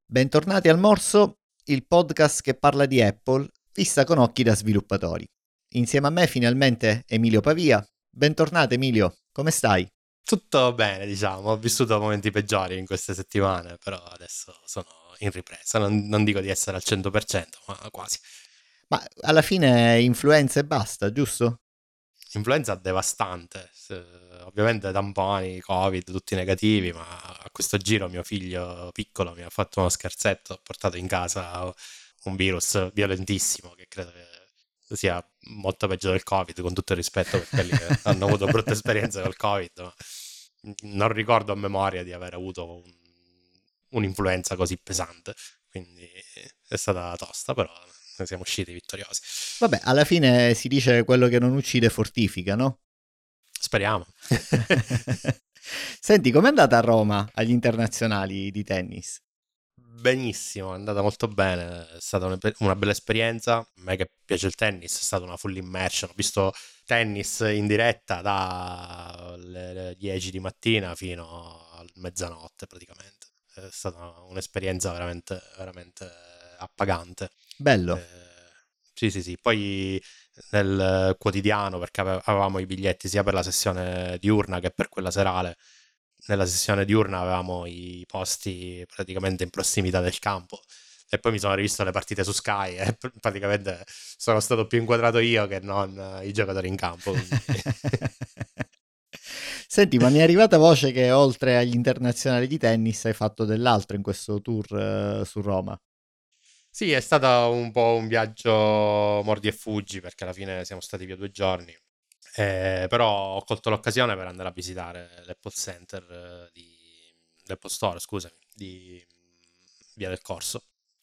Bentornati al Morso, il podcast che parla di Apple, vista con occhi da sviluppatori. Insieme a me finalmente Emilio Pavia. Bentornato Emilio, come stai? Tutto bene, diciamo, ho vissuto momenti peggiori in queste settimane, però adesso sono in ripresa, non dico di essere al 100%, ma quasi. Ma alla fine influenza e basta, giusto? Influenza devastante, ovviamente tamponi, Covid, tutti negativi, ma a questo giro mio figlio piccolo mi ha fatto uno scherzetto, ha portato in casa un virus violentissimo che credo che sia molto peggio del Covid, con tutto il rispetto per quelli che hanno avuto brutte esperienze col Covid, ma non ricordo a memoria di aver avuto un'influenza così pesante, quindi è stata tosta, però ne siamo usciti vittoriosi. Vabbè, alla fine si dice quello che non uccide fortifica, no? Speriamo. Senti, com'è andata a Roma agli internazionali di tennis? Benissimo, è andata molto bene, è stata una bella esperienza. A me che piace il tennis, è stata una full immersion. Ho visto tennis in diretta dalle 10 di mattina fino a mezzanotte praticamente. È stata un'esperienza veramente, veramente appagante. Bello. Eh, sì, sì, sì. Poi nel quotidiano, perché avevamo i biglietti sia per la sessione diurna che per quella serale. Nella sessione diurna avevamo i posti praticamente in prossimità del campo e poi mi sono rivisto le partite su Sky e praticamente sono stato più inquadrato io che non i giocatori in campo. Quindi... Senti, ma mi è arrivata voce che oltre agli internazionali di tennis hai fatto dell'altro in questo tour su Roma. Sì, è stato un po' un viaggio mordi e fuggi perché alla fine siamo stati via 2 giorni. Però ho colto l'occasione per andare a visitare l'Apple Center l'Apple Store, scusami, di Via del Corso,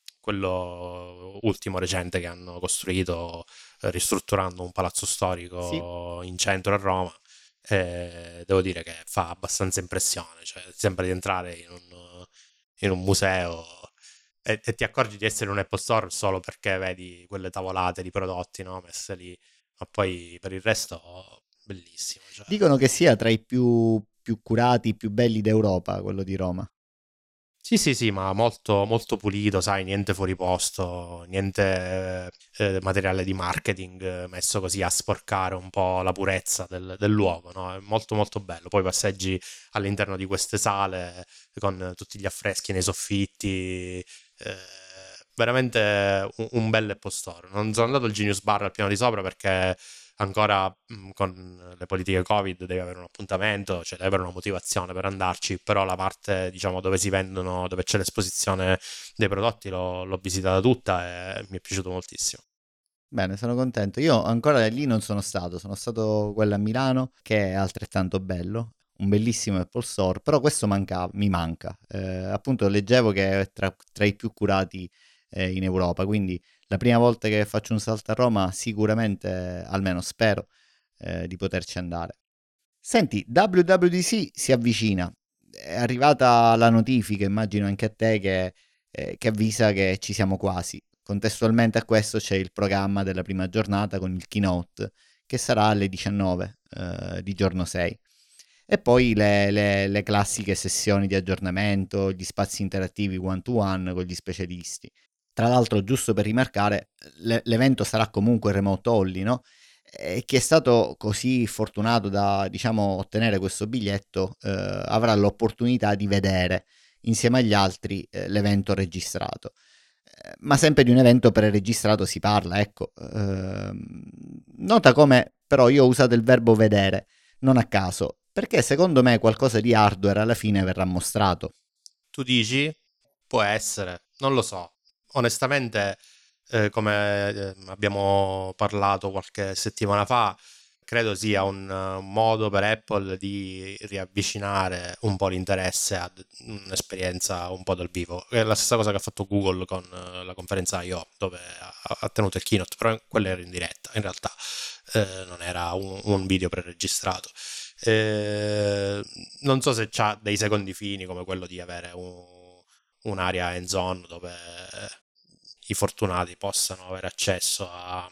quello ultimo recente che hanno costruito ristrutturando un palazzo Sì, storico in centro a Roma. Devo dire che fa abbastanza impressione, cioè sembra di entrare in un museo e ti accorgi di essere un Apple Store solo perché vedi quelle tavolate di prodotti, no, messe lì, ma poi per il resto bellissimo, cioè. dicono che sia tra i più curati, più belli d'Europa, quello di Roma. Sì, sì, sì, ma molto, molto pulito, sai, niente fuori posto, niente materiale di marketing messo così a sporcare un po' la purezza del luogo, no? È molto, molto bello. Poi passeggi all'interno di queste sale con tutti gli affreschi nei soffitti, veramente un bel Apple Store. Non sono andato al Genius Bar al piano di sopra perché ancora con le politiche Covid devi avere un appuntamento, cioè devi avere una motivazione per andarci, però la parte diciamo dove si vendono, dove c'è l'esposizione dei prodotti l'ho visitata tutta e mi è piaciuto moltissimo. Bene, sono contento. Io ancora lì non sono stato quello a Milano, che è altrettanto bello, un bellissimo Apple Store, però questo mi manca. Appunto leggevo che è tra i più curati in Europa, quindi la prima volta che faccio un salto a Roma sicuramente, almeno spero, di poterci andare. Senti, WWDC si avvicina, è arrivata la notifica, immagino anche a te, che avvisa che ci siamo quasi. Contestualmente a questo c'è il programma della prima giornata con il keynote, che sarà alle 19 di giorno 6. E poi le classiche sessioni di aggiornamento, gli spazi interattivi one to one con gli specialisti. Tra l'altro, giusto per rimarcare, l'evento sarà comunque remote only, no? E chi è stato così fortunato da, diciamo, ottenere questo biglietto avrà l'opportunità di vedere insieme agli altri l'evento registrato. Ma sempre di un evento preregistrato si parla, ecco. Nota come però io ho usato il verbo vedere, non a caso, perché secondo me qualcosa di hardware alla fine verrà mostrato. Tu dici? Può essere, non lo so. Onestamente, come abbiamo parlato qualche settimana fa, credo sia un modo per Apple di riavvicinare un po' l'interesse ad un'esperienza un po' dal vivo. È la stessa cosa che ha fatto Google con la conferenza I.O., dove ha tenuto il keynote, però quella era in diretta, in realtà non era un video preregistrato. Eh, Non so se c'ha dei secondi fini come quello di avere un'area end zone dove i fortunati possano avere accesso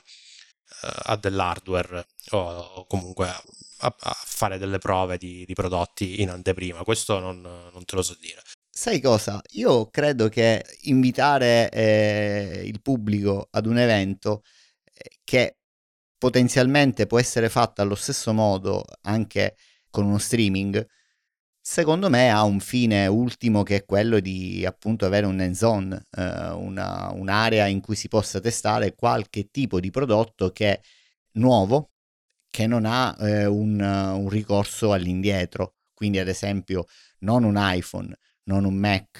a dell'hardware o comunque a fare delle prove di prodotti in anteprima. Questo non te lo so dire. Sai cosa? Io credo che invitare il pubblico ad un evento che potenzialmente può essere fatto allo stesso modo anche con uno streaming, secondo me ha un fine ultimo che è quello di appunto avere un hands-on, un'area in cui si possa testare qualche tipo di prodotto che è nuovo, che non ha un ricorso all'indietro. Quindi ad esempio non un iPhone, non un Mac,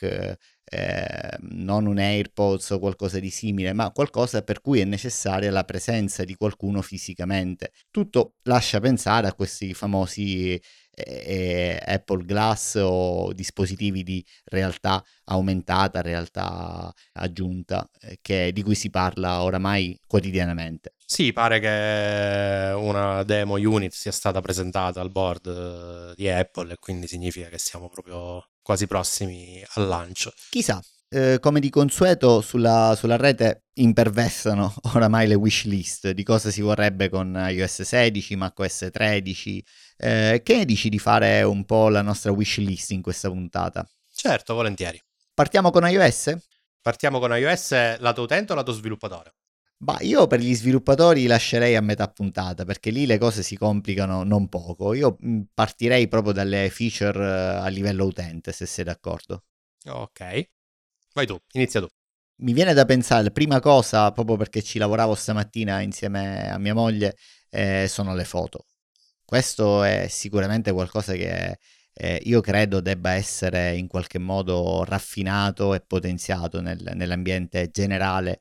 non un AirPods o qualcosa di simile, ma qualcosa per cui è necessaria la presenza di qualcuno fisicamente. Tutto lascia pensare a questi famosi Apple Glass o dispositivi di realtà aumentata, realtà aggiunta, di cui si parla oramai quotidianamente. Sì, pare che una demo unit sia stata presentata al board di Apple e quindi significa che siamo proprio quasi prossimi al lancio. Chissà, come di consueto sulla rete imperversano oramai le wish list di cosa si vorrebbe con iOS 16, macOS 13. Che ne dici di fare un po' la nostra wish list in questa puntata? Certo, volentieri. Partiamo con iOS? Partiamo con iOS lato utente o lato sviluppatore? Bah, io per gli sviluppatori lascerei a metà puntata perché lì le cose si complicano non poco. Io partirei proprio dalle feature a livello utente, se sei d'accordo. Ok, vai tu, inizia tu. Mi viene da pensare, prima cosa, proprio perché ci lavoravo stamattina insieme a mia moglie, sono le foto. Questo è sicuramente qualcosa che io credo debba essere in qualche modo raffinato e potenziato nell'ambiente generale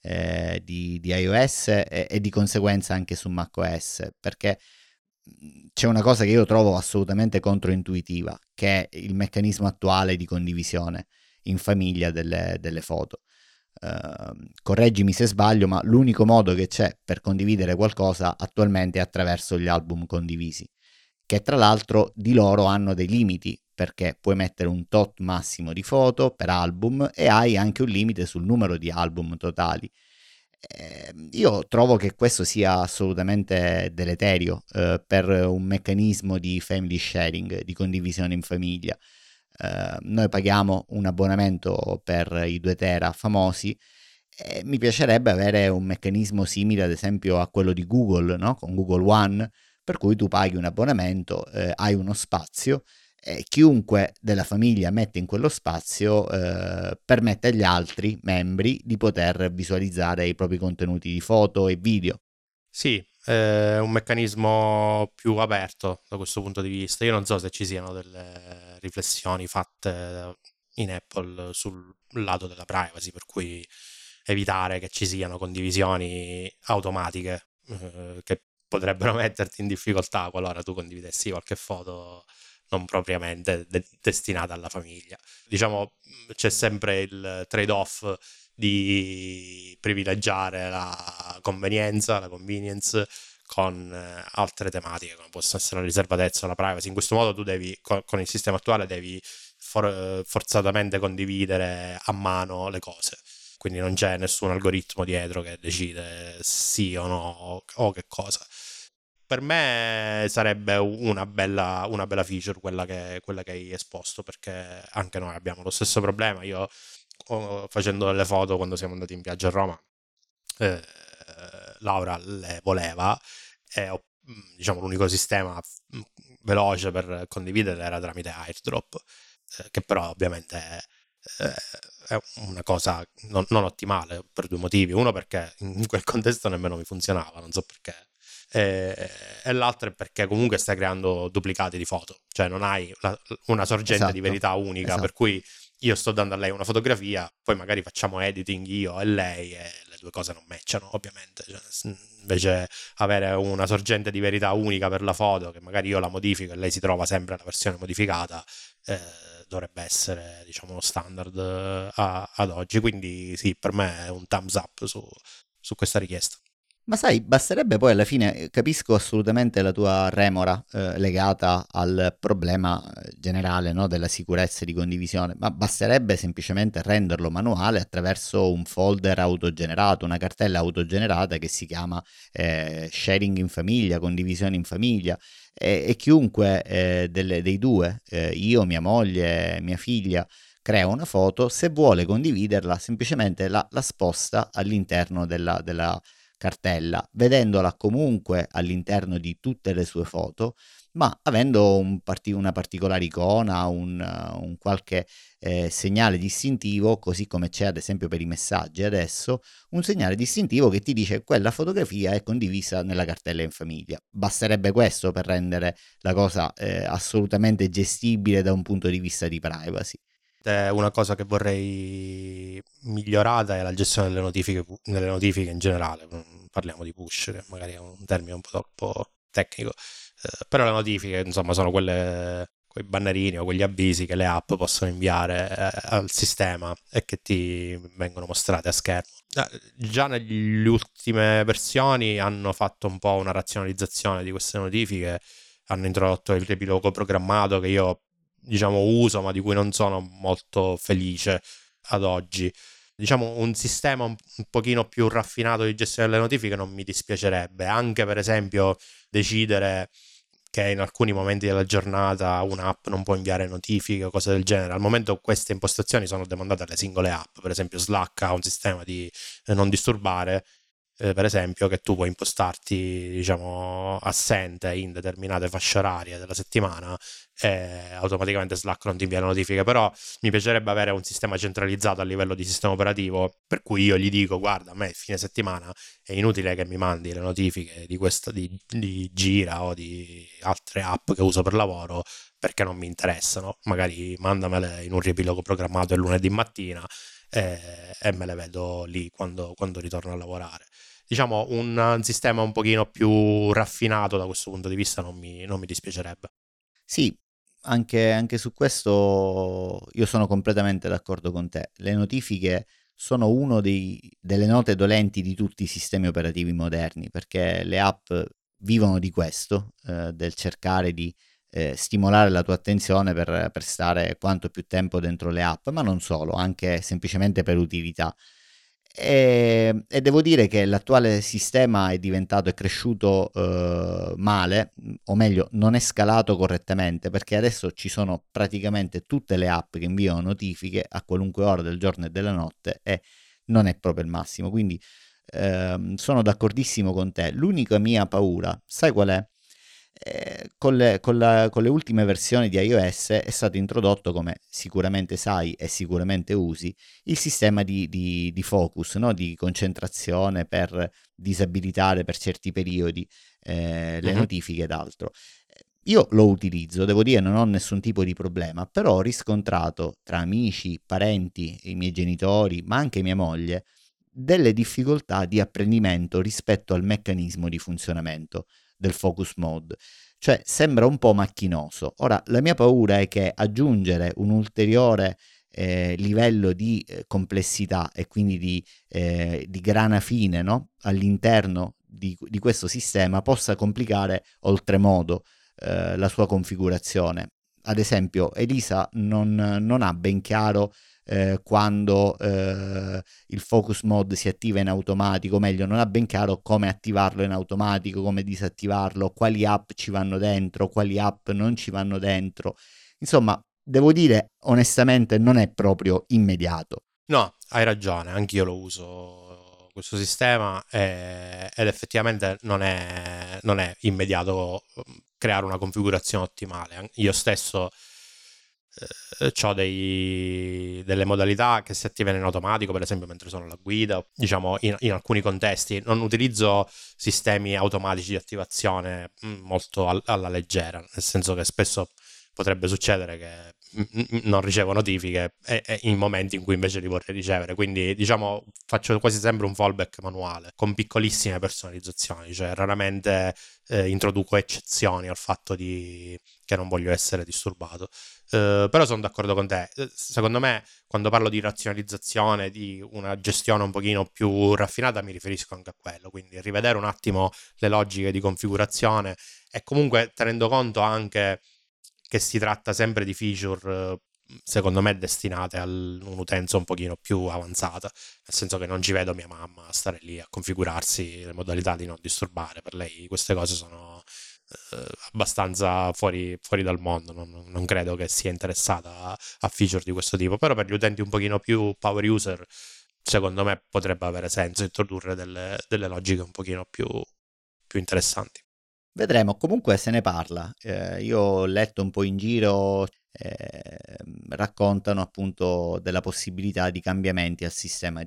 di iOS e di conseguenza anche su macOS, perché c'è una cosa che io trovo assolutamente controintuitiva, che è il meccanismo attuale di condivisione in famiglia delle foto. Correggimi se sbaglio, ma l'unico modo che c'è per condividere qualcosa attualmente è attraverso gli album condivisi, che tra l'altro di loro hanno dei limiti, perché puoi mettere un tot massimo di foto per album e hai anche un limite sul numero di album totali. Io trovo che questo sia assolutamente deleterio per un meccanismo di family sharing, di condivisione in famiglia. Noi paghiamo un abbonamento per i 2 tera famosi e mi piacerebbe avere un meccanismo simile ad esempio a quello di Google, no? Con Google One, per cui tu paghi un abbonamento, hai uno spazio e chiunque della famiglia mette in quello spazio permette agli altri membri di poter visualizzare i propri contenuti di foto e video. Sì, è un meccanismo più aperto da questo punto di vista. Io non so se ci siano delle riflessioni fatte in Apple sul lato della privacy, per cui evitare che ci siano condivisioni automatiche che potrebbero metterti in difficoltà qualora tu condividessi qualche foto non propriamente destinata alla famiglia. Diciamo, c'è sempre il trade-off di privilegiare la convenienza, la convenience con altre tematiche come possono essere la riservatezza o la privacy. In questo modo tu devi, con il sistema attuale, devi forzatamente condividere a mano le cose. Quindi non c'è nessun algoritmo dietro che decide sì o no o che cosa. Per me sarebbe una bella feature quella che hai esposto, perché anche noi abbiamo lo stesso problema. Io facendo delle foto quando siamo andati in viaggio a Roma, eh, Laura le voleva e diciamo l'unico sistema veloce per condividere era tramite AirDrop, che però ovviamente è una cosa non ottimale per due motivi. Uno, perché in quel contesto nemmeno mi funzionava, non so perché. E l'altro è perché comunque stai creando duplicati di foto, cioè non hai una sorgente di Esatto, verità unica, per esatto. cui io sto dando a lei una fotografia, poi magari facciamo editing io e lei e le due cose non matchano, ovviamente. Cioè, invece avere una sorgente di verità unica per la foto, che magari io la modifico e lei si trova sempre la versione modificata, dovrebbe essere, diciamo, lo standard ad oggi. Quindi sì, per me è un thumbs up su questa richiesta. Ma sai, basterebbe poi alla fine, capisco assolutamente la tua remora legata al problema generale, no, della sicurezza e di condivisione, ma basterebbe semplicemente renderlo manuale attraverso un folder autogenerato, una cartella autogenerata che si chiama sharing in famiglia, condivisione in famiglia e chiunque dei due, io, mia moglie, mia figlia, crea una foto, se vuole condividerla semplicemente la sposta all'interno della cartella, vedendola comunque all'interno di tutte le sue foto, ma avendo una particolare icona, un qualche segnale distintivo, così come c'è ad esempio per i messaggi adesso, un segnale distintivo che ti dice quella fotografia è condivisa nella cartella in famiglia. Basterebbe questo per rendere la cosa assolutamente gestibile da un punto di vista di privacy. Una cosa che vorrei migliorata è la gestione delle notifiche in generale. Parliamo di push, che magari è un termine un po' troppo tecnico, però le notifiche, insomma, sono quei bannerini o quegli avvisi che le app possono inviare al sistema e che ti vengono mostrate a schermo. Già nelle ultime versioni hanno fatto un po' una razionalizzazione di queste notifiche, hanno introdotto il riepilogo programmato che io diciamo uso, ma di cui non sono molto felice ad oggi. Diciamo un sistema un pochino più raffinato di gestione delle notifiche non mi dispiacerebbe, anche per esempio decidere che in alcuni momenti della giornata un'app non può inviare notifiche o cose del genere. Al momento queste impostazioni sono demandate alle singole app, per esempio Slack ha un sistema di non disturbare, per esempio, che tu puoi impostarti, diciamo, assente in determinate fasce orarie della settimana e automaticamente Slack non ti invia le notifiche. Però mi piacerebbe avere un sistema centralizzato a livello di sistema operativo, per cui io gli dico: guarda, a me fine settimana è inutile che mi mandi le notifiche di Gira o di altre app che uso per lavoro, perché non mi interessano. Magari mandamele in un riepilogo programmato il lunedì mattina e me le vedo lì quando ritorno a lavorare. Diciamo un sistema un pochino più raffinato da questo punto di vista non mi dispiacerebbe. Sì, anche su questo io sono completamente d'accordo con te. Le notifiche sono uno delle note dolenti di tutti i sistemi operativi moderni, perché le app vivono di questo, del cercare di stimolare la tua attenzione per stare quanto più tempo dentro le app, ma non solo, anche semplicemente per utilità. E devo dire che l'attuale sistema è cresciuto male, o meglio, non è scalato correttamente, perché adesso ci sono praticamente tutte le app che inviano notifiche a qualunque ora del giorno e della notte e non è proprio il massimo. Quindi sono d'accordissimo con te. L'unica mia paura, sai qual è? Con le ultime versioni di iOS è stato introdotto, come sicuramente sai e sicuramente usi, il sistema di focus, no? Di concentrazione per disabilitare per certi periodi le notifiche ed altro. Io lo utilizzo, devo dire, non ho nessun tipo di problema, però ho riscontrato tra amici, parenti, i miei genitori, ma anche mia moglie, delle difficoltà di apprendimento rispetto al meccanismo di funzionamento del focus mode, cioè sembra un po' macchinoso. Ora, la mia paura è che aggiungere un ulteriore livello di complessità e quindi di grana fine, no? All'interno di questo sistema possa complicare oltremodo la sua configurazione. Ad esempio, Elisa non ha ben chiaro quando il focus mode si attiva in automatico, o meglio, non ha ben chiaro come attivarlo in automatico, come disattivarlo, quali app ci vanno dentro, quali app non ci vanno dentro. Insomma, devo dire onestamente non è proprio immediato. No, hai ragione, anch'io lo uso questo sistema ed effettivamente non è immediato creare una configurazione ottimale. Io stesso ho delle modalità che si attivano in automatico, per esempio mentre sono alla guida, diciamo in alcuni contesti. Non utilizzo sistemi automatici di attivazione molto alla leggera, nel senso che spesso potrebbe succedere che non ricevo notifiche e in momenti in cui invece li vorrei ricevere, quindi diciamo faccio quasi sempre un fallback manuale con piccolissime personalizzazioni, cioè raramente introduco eccezioni al fatto che non voglio essere disturbato. Però sono d'accordo con te. Secondo me, quando parlo di razionalizzazione, di una gestione un pochino più raffinata, mi riferisco anche a quello. Quindi rivedere un attimo le logiche di configurazione e comunque tenendo conto anche che si tratta sempre di feature, secondo me, destinate a un'utenza un pochino più avanzata. Nel senso che non ci vedo mia mamma stare lì a configurarsi le modalità di non disturbare. Per lei queste cose sono abbastanza fuori dal mondo. Non credo che sia interessata a feature di questo tipo, però per gli utenti un pochino più power user, secondo me potrebbe avere senso introdurre delle logiche un pochino più interessanti. Vedremo, comunque se ne parla. Io ho letto un po' in giro, raccontano appunto della possibilità di cambiamenti al sistema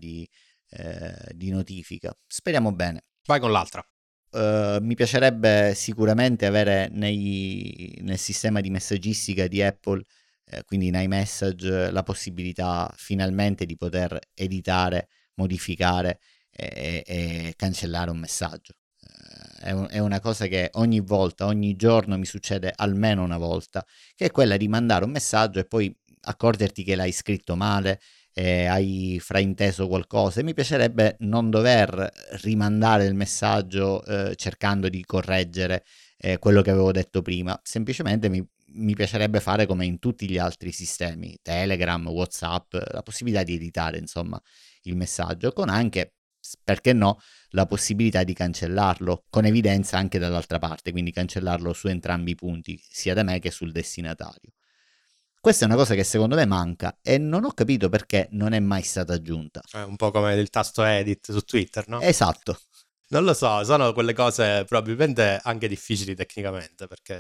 di notifica. Speriamo bene. Vai con l'altra. Mi piacerebbe sicuramente avere nel sistema di messaggistica di Apple, quindi in iMessage, la possibilità finalmente di poter editare, modificare e cancellare un messaggio. È una cosa che ogni volta, ogni giorno mi succede almeno una volta, che è quella di mandare un messaggio e poi accorgerti che l'hai scritto male, hai frainteso qualcosa, e mi piacerebbe non dover rimandare il messaggio cercando di correggere quello che avevo detto prima. Semplicemente mi piacerebbe fare come in tutti gli altri sistemi, Telegram, WhatsApp, la possibilità di editare insomma il messaggio, con anche, perché no, la possibilità di cancellarlo con evidenza anche dall'altra parte, quindi cancellarlo su entrambi i punti, sia da me che sul destinatario. Questa è una cosa che secondo me manca e non ho capito perché non è mai stata aggiunta. È un po' come il tasto edit su Twitter, no? Esatto. Non lo so, sono quelle cose probabilmente anche difficili tecnicamente, perché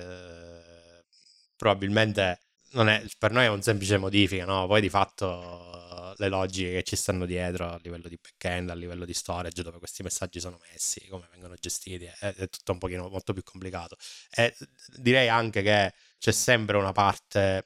probabilmente non è, per noi è un semplice modifica, no? Poi di fatto le logiche che ci stanno dietro a livello di backend, a livello di storage, dove questi messaggi sono messi, come vengono gestiti, è tutto un pochino molto più complicato. E direi anche che c'è sempre una parte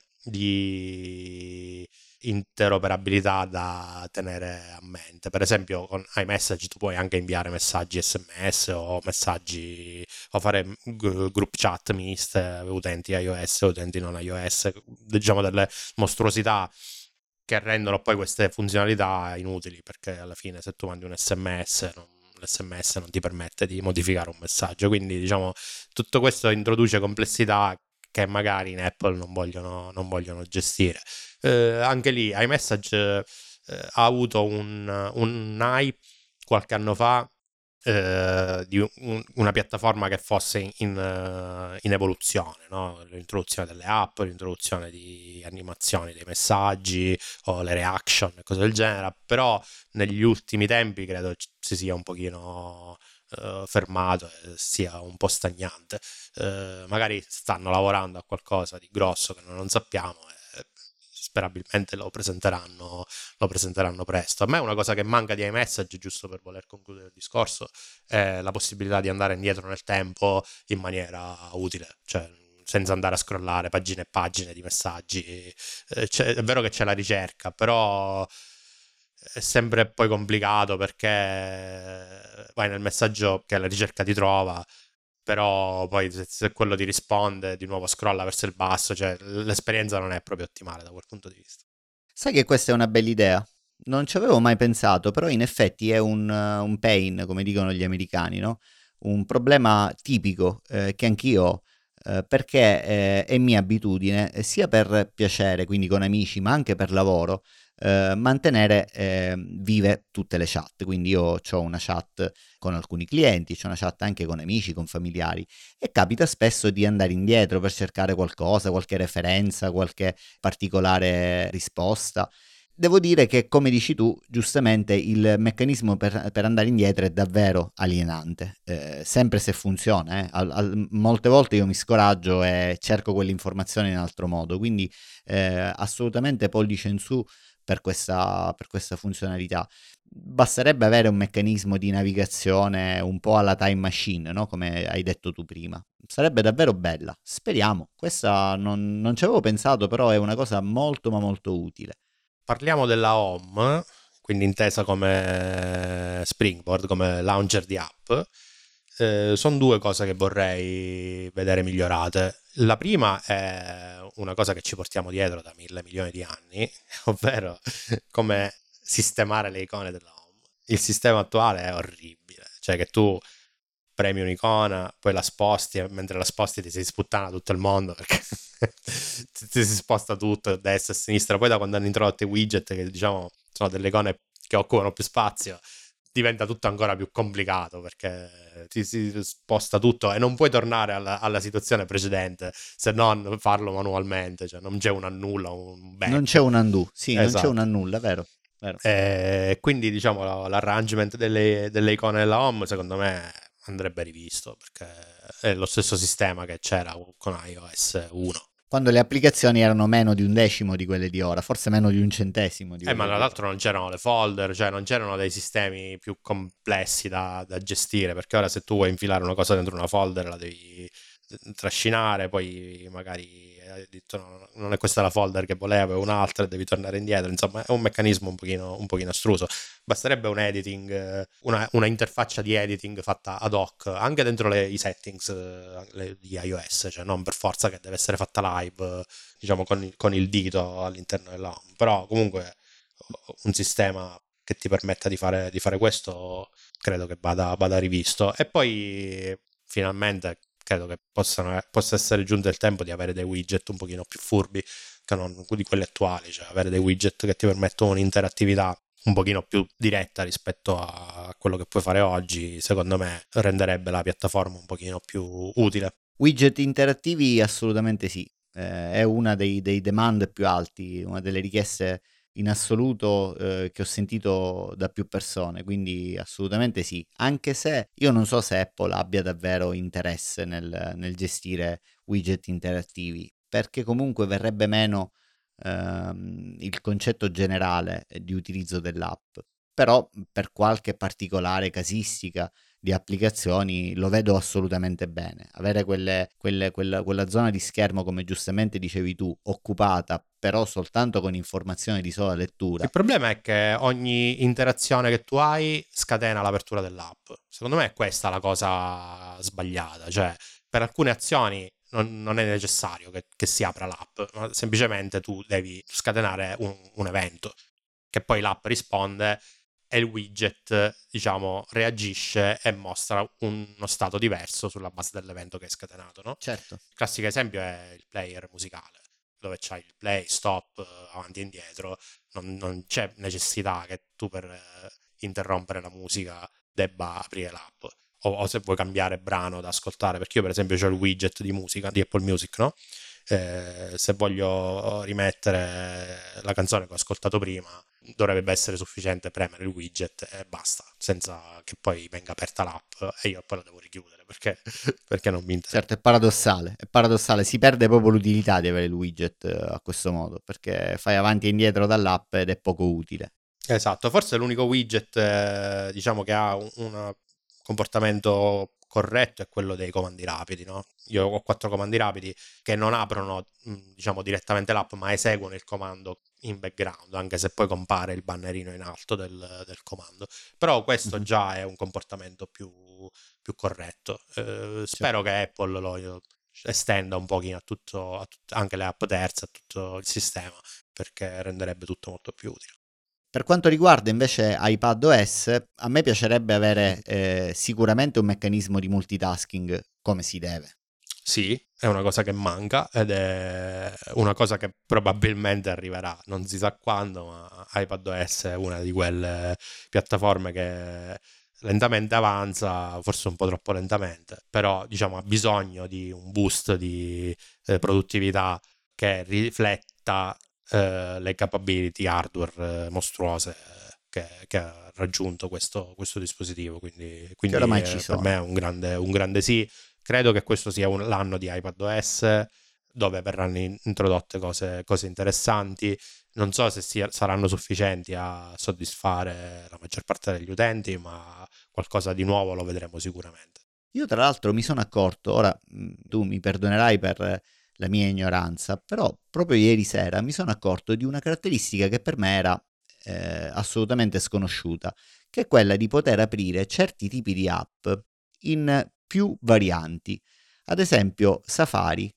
di interoperabilità da tenere a mente. Per esempio con iMessage tu puoi anche inviare messaggi SMS o messaggi o fare group chat miste, utenti iOS, utenti non iOS, diciamo delle mostruosità che rendono poi queste funzionalità inutili, perché alla fine se tu mandi un SMS l'SMS non ti permette di modificare un messaggio, quindi diciamo tutto questo introduce complessità che magari in Apple non vogliono gestire. Anche lì iMessage ha avuto un hype qualche anno fa di una piattaforma che fosse in evoluzione, no? L'introduzione delle app, l'introduzione di animazioni dei messaggi o le reaction e cose del genere, però negli ultimi tempi credo si sia un pochino fermato e sia un po' stagnante. Magari stanno lavorando a qualcosa di grosso che noi non sappiamo e sperabilmente lo presenteranno presto. A me una cosa che manca di iMessage, giusto per voler concludere il discorso, è la possibilità di andare indietro nel tempo in maniera utile, cioè senza andare a scrollare pagine e pagine di messaggi. È vero che c'è la ricerca, però è sempre poi complicato, perché vai nel messaggio che la ricerca ti trova, però poi se quello ti risponde di nuovo scrolla verso il basso, cioè l'esperienza non è proprio ottimale da quel punto di vista. Sai che questa è una bella idea? Non ci avevo mai pensato, però in effetti è un pain, come dicono gli americani, no? Un problema tipico che anch'io ho, perché è mia abitudine, sia per piacere, quindi con amici, ma anche per lavoro, mantenere vive tutte le chat. Quindi io ho una chat con alcuni clienti, c'ho una chat anche con amici, con familiari, e capita spesso di andare indietro per cercare qualcosa, qualche referenza, qualche particolare risposta. Devo dire che, come dici tu, giustamente il meccanismo per andare indietro è davvero alienante, sempre se funziona. Molte volte io mi scoraggio e cerco quell'informazione in altro modo, quindi assolutamente pollice in su per questa funzionalità. Basterebbe avere un meccanismo di navigazione un po' alla Time Machine, no? Come hai detto tu prima. Sarebbe davvero bella. Speriamo. Questa non ci avevo pensato, però è una cosa molto ma molto utile. Parliamo della home, quindi intesa come Springboard, come launcher di app. Sono due cose che vorrei vedere migliorate. La prima è una cosa che ci portiamo dietro da 1.000 milioni di anni, ovvero come sistemare le icone della home. Il sistema attuale è orribile, cioè che tu premi un'icona, poi la sposti e mentre la sposti ti si sputtana tutto il mondo, perché ti si sposta tutto a destra e a sinistra. Poi da quando hanno introdotto i widget, che diciamo sono delle icone che occupano più spazio, diventa tutto ancora più complicato, perché si sposta tutto e non puoi tornare alla situazione precedente se non farlo manualmente, cioè non c'è un annulla, un Non c'è back. un undo, sì, non c'è un Esatto. annulla, vero? Vero. E quindi diciamo l'arrangement delle icone della home secondo me andrebbe rivisto, perché è lo stesso sistema che c'era con iOS 1. Quando le applicazioni erano meno di un decimo di quelle di ora, forse meno di un centesimo di Ma quelle tra di ora. l'altro non c'erano le folder, cioè non c'erano dei sistemi più complessi da gestire, perché ora se tu vuoi infilare una cosa dentro una folder la devi trascinare, poi magari hai detto no, non è questa la folder che volevo, è un'altra, e devi tornare indietro, insomma è un meccanismo un pochino astruso. Basterebbe un editing, una interfaccia di editing fatta ad hoc, anche dentro i settings di iOS, cioè non per forza che deve essere fatta live, diciamo con il dito all'interno della home, però comunque un sistema che ti permetta di fare questo credo che vada rivisto. E poi finalmente credo che possa essere giunto il tempo di avere dei widget un pochino più furbi che non di quelli attuali, cioè avere dei widget che ti permettono un'interattività un pochino più diretta rispetto a quello che puoi fare oggi, secondo me renderebbe la piattaforma un pochino più utile. Widget interattivi assolutamente sì, è una dei demand più alti, una delle richieste in assoluto che ho sentito da più persone, quindi assolutamente sì, anche se io non so se Apple abbia davvero interesse nel gestire widget interattivi, perché comunque verrebbe meno il concetto generale di utilizzo dell'app, però per qualche particolare casistica di applicazioni lo vedo assolutamente bene. Avere quella zona di schermo, come giustamente dicevi tu, occupata però soltanto con informazioni di sola lettura. Il problema è che ogni interazione che tu hai scatena l'apertura dell'app. Secondo me è questa la cosa sbagliata, cioè per alcune azioni non è necessario che si apra l'app, ma semplicemente tu devi scatenare un evento, che poi l'app risponde e il widget, diciamo, reagisce e mostra uno stato diverso sulla base dell'evento che è scatenato, no? Certo. Il classico esempio è il player musicale, dove c'hai il play, stop, avanti e indietro. Non c'è necessità che tu per interrompere la musica debba aprire l'app. O se vuoi cambiare brano da ascoltare, perché io per esempio ho il widget di musica di Apple Music, no? Se voglio rimettere la canzone che ho ascoltato prima, dovrebbe essere sufficiente premere il widget e basta, senza che poi venga aperta l'app e io poi la devo richiudere perché non mi interessa. Certo, è paradossale, si perde proprio l'utilità di avere il widget a questo modo, perché fai avanti e indietro dall'app ed è poco utile. Esatto, forse l'unico widget diciamo che ha un comportamento corretto è quello dei comandi rapidi, no? Io ho 4 comandi rapidi che non aprono diciamo direttamente l'app, ma eseguono il comando in background, anche se poi compare il bannerino in alto del comando. Però questo già è un comportamento più corretto. Spero che Apple lo estenda un pochino anche le app terze, a tutto il sistema, perché renderebbe tutto molto più utile. Per quanto riguarda invece iPadOS, a me piacerebbe avere sicuramente un meccanismo di multitasking come si deve. Sì, è una cosa che manca ed è una cosa che probabilmente arriverà, non si sa quando, ma iPadOS è una di quelle piattaforme che lentamente avanza, forse un po' troppo lentamente, però diciamo ha bisogno di un boost di produttività che rifletta le capability hardware mostruose che ha raggiunto questo dispositivo, Che quindi oramai ci per me sono. è un grande sì. Credo che questo sia l'anno di iPadOS dove verranno introdotte cose interessanti. Non so se saranno sufficienti a soddisfare la maggior parte degli utenti, ma qualcosa di nuovo lo vedremo sicuramente. Io tra l'altro mi sono accorto, ora tu mi perdonerai per la mia ignoranza, però proprio ieri sera mi sono accorto di una caratteristica che per me era assolutamente sconosciuta, che è quella di poter aprire certi tipi di app in più varianti. Ad esempio Safari,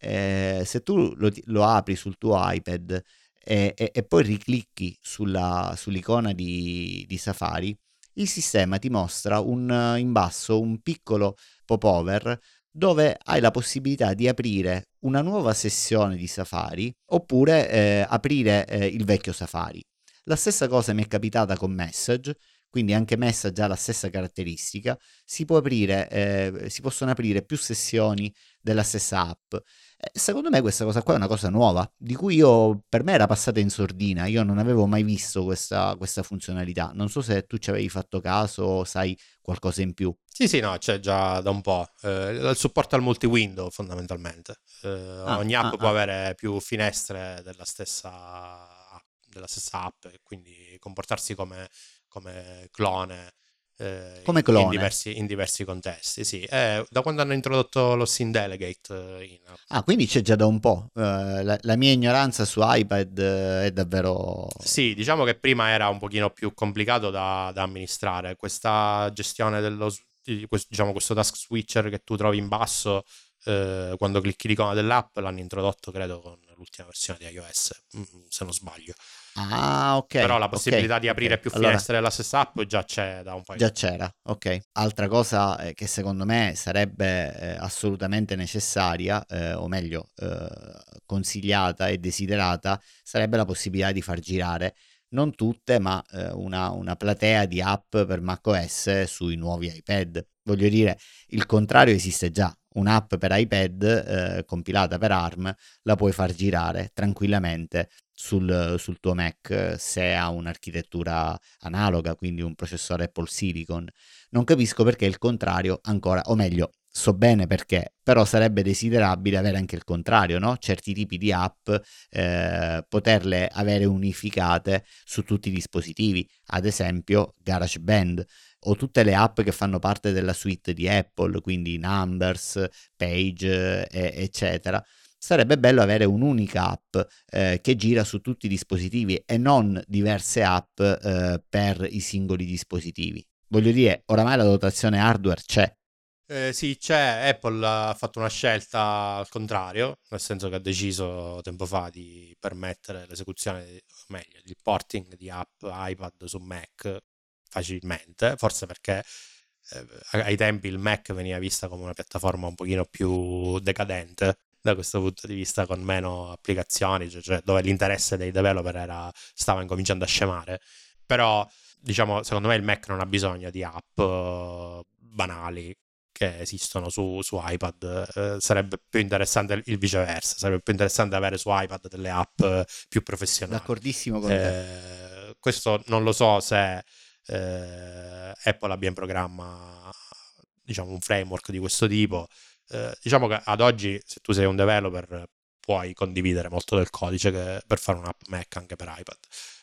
se tu lo apri sul tuo iPad e poi riclicchi sull'icona di Safari, il sistema ti mostra in basso un piccolo popover dove hai la possibilità di aprire una nuova sessione di Safari oppure aprire il vecchio Safari. La stessa cosa mi è capitata con Message, quindi anche messa già la stessa caratteristica, si possono aprire più sessioni della stessa app. Secondo me questa cosa qua è una cosa nuova, di cui per me era passata in sordina, io non avevo mai visto questa funzionalità. Non so se tu ci avevi fatto caso o sai qualcosa in più. Sì, sì, no, c'è già da un po'. Il supporto al multi-window fondamentalmente. Ah, Ogni app ah, può ah. avere più finestre della stessa app e quindi comportarsi come clone Come in clone. diversi contesti. Sì. Da quando hanno introdotto lo Scene Delegate in app. Ah, quindi c'è già da un po'. La mia ignoranza su iPad è davvero... Sì, diciamo che prima era un pochino più complicato da amministrare. Questa gestione diciamo, questo task switcher che tu trovi in basso quando clicchi l'icona dell'app l'hanno introdotto, credo, con l'ultima versione di iOS, se non sbaglio. Ah, Però ok, la ok, possibilità di aprire ok. più Allora, finestre della stessa app già c'è da un paio di già anni. c'era, ok. Altra cosa che secondo me sarebbe assolutamente necessaria, o meglio, consigliata e desiderata, sarebbe la possibilità di far girare non tutte, ma una platea di app per macOS sui nuovi iPad. Voglio dire, il contrario esiste già. Un'app per iPad compilata per ARM la puoi far girare tranquillamente sul tuo Mac se ha un'architettura analoga, quindi un processore Apple Silicon. Non capisco perché il contrario ancora, o meglio, so bene perché, però sarebbe desiderabile avere anche il contrario, no? Certi tipi di app poterle avere unificate su tutti i dispositivi, ad esempio GarageBand o tutte le app che fanno parte della suite di Apple, quindi Numbers, Page, eccetera. Sarebbe bello avere un'unica app che gira su tutti i dispositivi e non diverse app per i singoli dispositivi. Voglio dire, oramai la dotazione hardware c'è. Sì, c'è. Apple ha fatto una scelta al contrario, nel senso che ha deciso tempo fa di permettere l'esecuzione, o meglio, il porting di app iPad su Mac facilmente, forse perché ai tempi il Mac veniva vista come una piattaforma un pochino più decadente da questo punto di vista, con meno applicazioni, cioè dove l'interesse dei developer stava incominciando a scemare. Però, diciamo, secondo me il Mac non ha bisogno di app banali che esistono su iPad. Sarebbe più interessante il viceversa, sarebbe più interessante avere su iPad delle app più professionali. D'accordissimo con te. Questo non lo so se Apple abbia in programma, diciamo, un framework di questo tipo. Diciamo che ad oggi, se tu sei un developer, puoi condividere molto del codice per fare un'app Mac anche per iPad.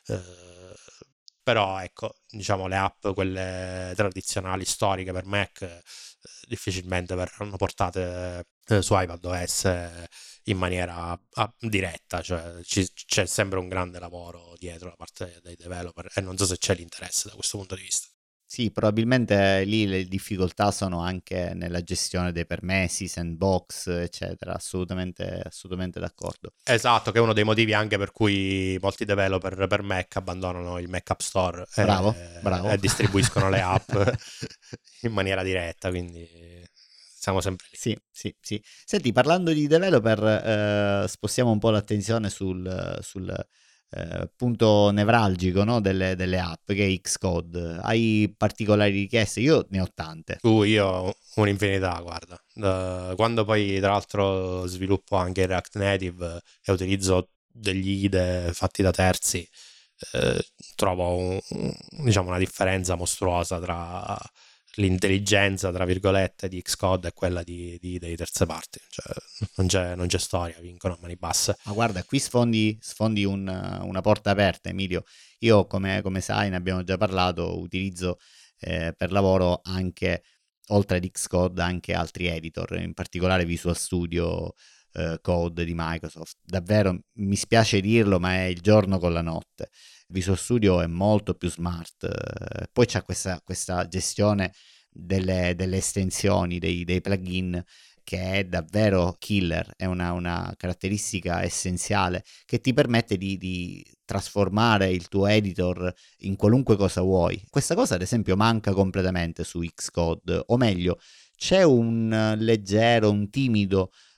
Però ecco, diciamo, le app, quelle tradizionali, storiche per Mac, difficilmente verranno portate su iPadOS in maniera diretta, cioè c'è sempre un grande lavoro dietro da parte dei developer e non so se c'è l'interesse da questo punto di vista. Sì, probabilmente lì le difficoltà sono anche nella gestione dei permessi, sandbox, eccetera. Assolutamente, assolutamente d'accordo. Esatto, che è uno dei motivi anche per cui molti developer per Mac abbandonano il Mac App Store Bravo, e bravo. distribuiscono le app in maniera diretta, quindi siamo sempre lì. Sì, sì, sì. Senti, parlando di developer, spostiamo un po' l'attenzione sul punto nevralgico, no, delle app, che è Xcode. Hai particolari richieste? Io ne ho tante. Io ho un'infinità, guarda. Quando poi tra l'altro sviluppo anche il React Native e utilizzo degli IDE fatti da terzi, trovo diciamo una differenza mostruosa tra l'intelligenza, tra virgolette, di Xcode e quella dei terze parti. Cioè, non c'è storia, vincono a mani basse. Ma guarda, qui sfondi una porta aperta, Emilio. Io, come sai, ne abbiamo già parlato, utilizzo per lavoro anche, oltre ad Xcode, anche altri editor, in particolare Visual Studio Code di Microsoft. Davvero, mi spiace dirlo, ma è il giorno con la notte. Visual Studio è molto più smart, poi c'è questa gestione delle estensioni, dei plugin che è davvero killer, è una caratteristica essenziale che ti permette di trasformare il tuo editor in qualunque cosa vuoi. Questa cosa ad esempio manca completamente su Xcode, o meglio, c'è un leggero, un timido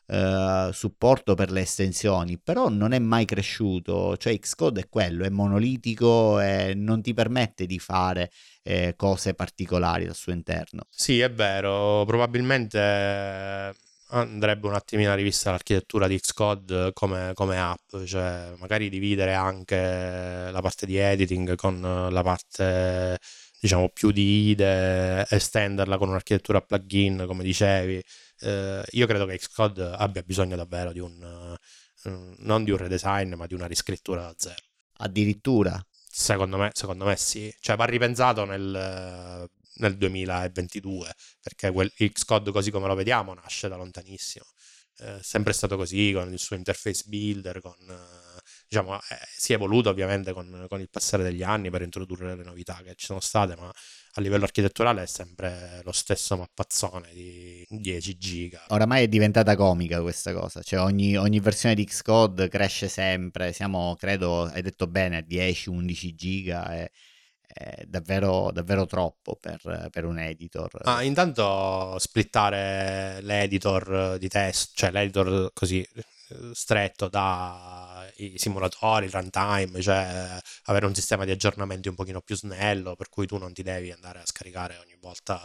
supporto per le estensioni, però non è mai cresciuto, cioè Xcode è quello, è monolitico e non ti permette di fare cose particolari al suo interno. Sì, è vero, probabilmente andrebbe un attimino rivista l'architettura di Xcode come app, cioè magari dividere anche la parte di editing con la parte, diciamo, più di IDE, estenderla con un'architettura plugin, come dicevi. Io credo che Xcode abbia bisogno davvero di non di un redesign, ma di una riscrittura da zero. Addirittura. Secondo me sì, cioè va ripensato nel 2022, perché quel Xcode così come lo vediamo nasce da lontanissimo. Sempre stato così con il suo interface builder, diciamo, si è evoluto ovviamente con il passare degli anni per introdurre le novità che ci sono state, ma a livello architetturale è sempre lo stesso mappazzone di 10 giga. Oramai è diventata comica questa cosa, cioè ogni versione di Xcode cresce sempre, siamo, credo, hai detto bene, a 10-11 giga, è davvero, davvero troppo per un editor. Intanto splittare l'editor di test, cioè l'editor così stretto dai simulatori, il runtime, cioè avere un sistema di aggiornamenti un pochino più snello, per cui tu non ti devi andare a scaricare ogni volta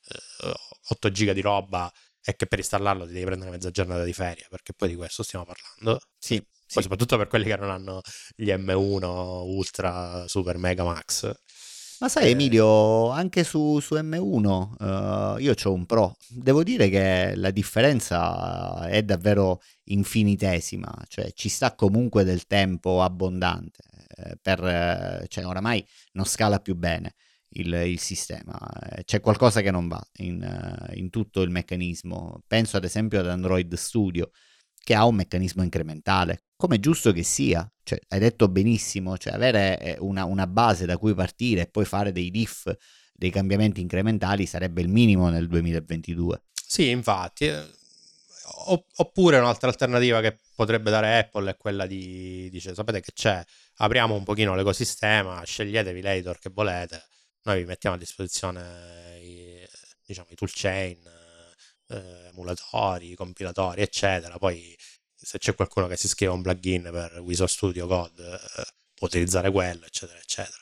8 giga di roba e che per installarlo ti devi prendere mezza giornata di ferie, perché poi di questo stiamo parlando. Sì, Poi sì. soprattutto per quelli che non hanno gli M1 Ultra Super Mega Max. Ma sai Emilio, anche su M1 io ho un Pro, devo dire che la differenza è davvero infinitesima, cioè ci sta comunque del tempo abbondante, cioè oramai non scala più bene il sistema, c'è qualcosa che non va in tutto il meccanismo, penso ad esempio ad Android Studio che ha un meccanismo incrementale, come è giusto che sia, cioè, hai detto benissimo, cioè avere una base da cui partire e poi fare dei diff, dei cambiamenti incrementali sarebbe il minimo nel 2022. Sì, infatti. Oppure un'altra alternativa che potrebbe dare Apple è quella di dice, sapete che c'è? Apriamo un pochino l'ecosistema, sceglietevi l'editor che volete, noi vi mettiamo a disposizione diciamo, i toolchain, emulatori, compilatori, eccetera. Poi se c'è qualcuno che si scrive un plugin per Visual Studio Code, può utilizzare quello, eccetera, eccetera.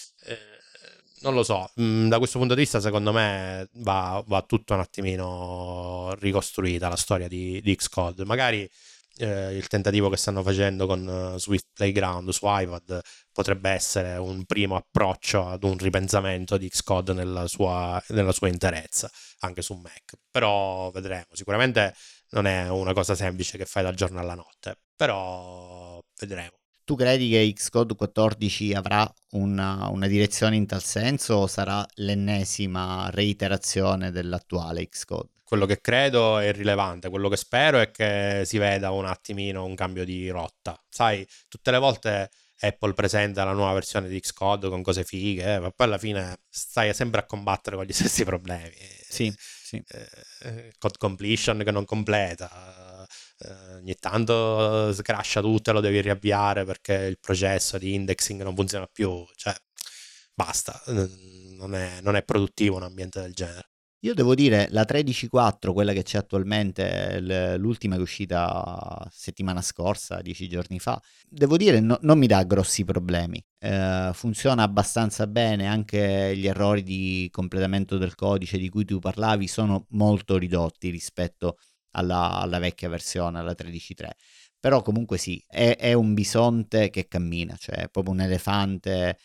Non lo so, da questo punto di vista secondo me va tutto un attimino ricostruita la storia di Xcode. Magari il tentativo che stanno facendo con Swift Playground su iPad potrebbe essere un primo approccio ad un ripensamento di Xcode nella sua interezza, anche su Mac. Però vedremo, sicuramente non è una cosa semplice che fai dal giorno alla notte, però vedremo. Tu credi che Xcode 14 avrà una direzione in tal senso o sarà l'ennesima reiterazione dell'attuale Xcode? Quello che credo è irrilevante, quello che spero è che si veda un attimino un cambio di rotta. Sai, tutte le volte Apple presenta la nuova versione di Xcode con cose fighe, ma poi alla fine stai sempre a combattere con gli stessi problemi. Sì, sì. Code completion che non completa, ogni tanto crasha tutto e lo devi riavviare perché il processo di indexing non funziona più, cioè basta, non è produttivo un ambiente del genere. Io devo dire, la 13.4, quella che c'è attualmente, l'ultima che è uscita settimana scorsa, 10 giorni fa, devo dire non mi dà grossi problemi. Funziona abbastanza bene, anche gli errori di completamento del codice di cui tu parlavi sono molto ridotti rispetto alla vecchia versione, alla 13.3. Però comunque sì, è un bisonte che cammina, cioè è proprio un elefante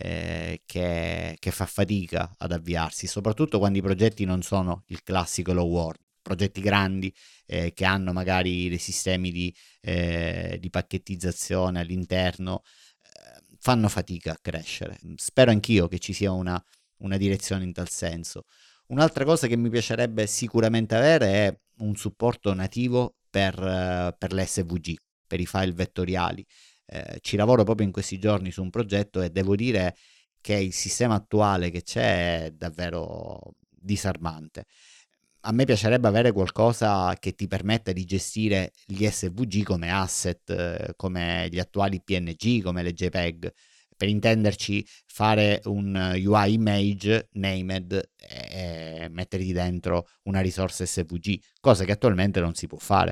che fa fatica ad avviarsi, soprattutto quando i progetti non sono il classico low world, progetti grandi che hanno magari dei sistemi di pacchettizzazione all'interno, fanno fatica a crescere. Spero anch'io che ci sia una direzione in tal senso. Un'altra cosa che mi piacerebbe sicuramente avere è un supporto nativo per l'SVG, per i file vettoriali. Ci lavoro proprio in questi giorni su un progetto e devo dire che il sistema attuale che c'è è davvero disarmante. A me piacerebbe avere qualcosa che ti permetta di gestire gli SVG come asset, come gli attuali PNG, come le JPEG. Per intenderci, fare un UI image named e mettergli dentro una risorsa SVG, cosa che attualmente non si può fare.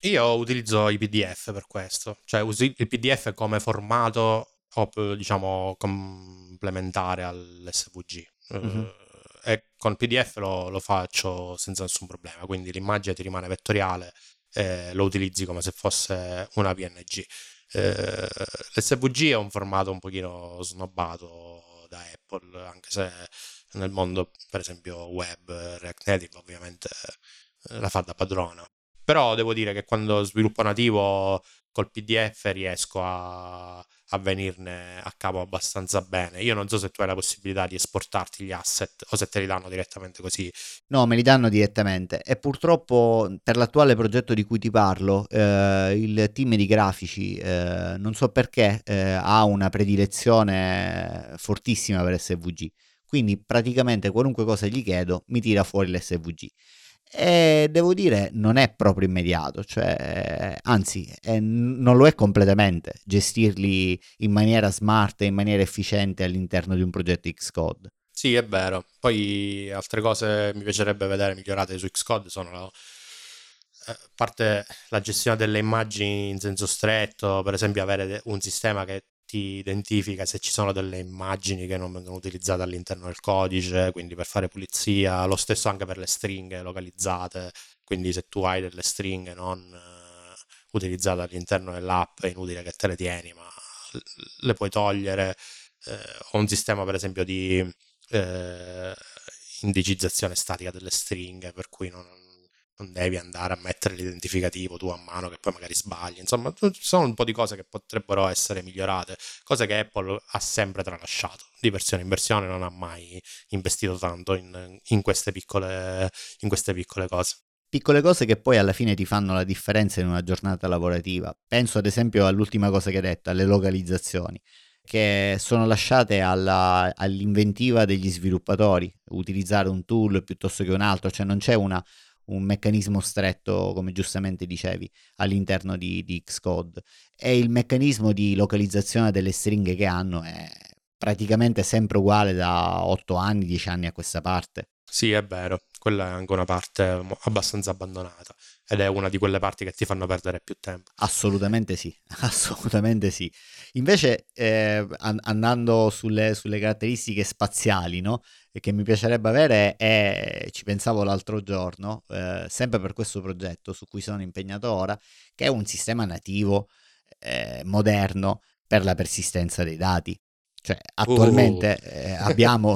Io utilizzo i PDF per questo, cioè uso il PDF come formato diciamo complementare all'SVG. Mhm. E con PDF lo faccio senza nessun problema, quindi l'immagine ti rimane vettoriale e lo utilizzi come se fosse una PNG. L'SVG è un formato un pochino snobbato da Apple, anche se nel mondo, per esempio, web, React Native, ovviamente la fa da padrona. Però devo dire che quando sviluppo nativo col PDF riesco a venirne a capo abbastanza bene. Io non so se tu hai la possibilità di esportarti gli asset o se te li danno direttamente così. No, me li danno direttamente e purtroppo per l'attuale progetto di cui ti parlo, il team di grafici, non so perché, ha una predilezione fortissima per SVG. Quindi praticamente qualunque cosa gli chiedo mi tira fuori l'SVG. E devo dire, non è proprio immediato, cioè, anzi, non lo è completamente gestirli in maniera smart e in maniera efficiente all'interno di un progetto Xcode. Sì, è vero. Poi altre cose mi piacerebbe vedere migliorate su Xcode sono a parte la gestione delle immagini in senso stretto, per esempio avere un sistema che ti identifica se ci sono delle immagini che non vengono utilizzate all'interno del codice, quindi per fare pulizia, lo stesso anche per le stringhe localizzate, quindi se tu hai delle stringhe non utilizzate all'interno dell'app è inutile che te le tieni, ma le puoi togliere. Ho un sistema per esempio di eh, indicizzazione statica delle stringhe, per cui non devi andare a mettere l'identificativo tu a mano che poi magari sbagli. Insomma, ci sono un po' di cose che potrebbero essere migliorate, cose che Apple ha sempre tralasciato. Di versione in versione non ha mai investito tanto in queste piccole cose. Piccole cose che poi alla fine ti fanno la differenza in una giornata lavorativa. Penso ad esempio all'ultima cosa che hai detto, alle localizzazioni, che sono lasciate all'inventiva degli sviluppatori, utilizzare un tool piuttosto che un altro, cioè non c'è un meccanismo stretto, come giustamente dicevi, all'interno di Xcode. E il meccanismo di localizzazione delle stringhe che hanno è praticamente sempre uguale da 8 anni, 10 anni a questa parte. Sì, è vero, quella è anche una parte abbastanza abbandonata ed è una di quelle parti che ti fanno perdere più tempo. Assolutamente sì, assolutamente sì. Invece, andando sulle caratteristiche spaziali, no? E che mi piacerebbe avere è, ci pensavo l'altro giorno, sempre per questo progetto su cui sono impegnato ora, che è un sistema nativo, moderno per la persistenza dei dati. Cioè, Uh, attualmente abbiamo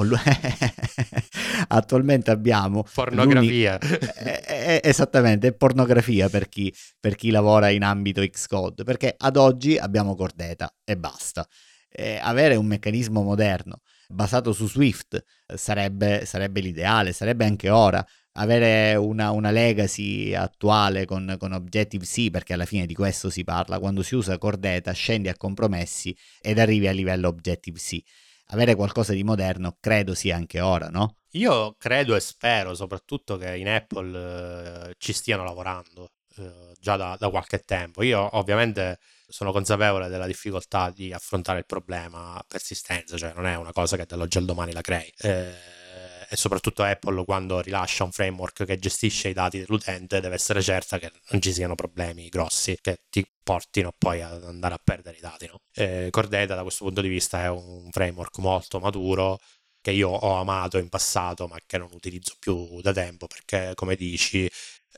attualmente abbiamo l'unico pornografia. esattamente, è pornografia per chi lavora in ambito Xcode, perché ad oggi abbiamo Cordata e basta. Avere un meccanismo moderno basato su Swift sarebbe l'ideale, sarebbe anche ora. Avere una legacy attuale con Objective-C, perché alla fine di questo si parla, quando si usa Cordata scendi a compromessi ed arrivi a livello Objective-C. Avere qualcosa di moderno credo sia anche ora, no? Io credo e spero soprattutto che in Apple ci stiano lavorando già da qualche tempo. Io ovviamente sono consapevole della difficoltà di affrontare il problema persistenza, cioè non è una cosa che dall'oggi al domani la crei. E soprattutto Apple quando rilascia un framework che gestisce i dati dell'utente deve essere certa che non ci siano problemi grossi che ti portino poi ad andare a perdere i dati. No? Cordata da questo punto di vista è un framework molto maturo che io ho amato in passato ma che non utilizzo più da tempo perché come dici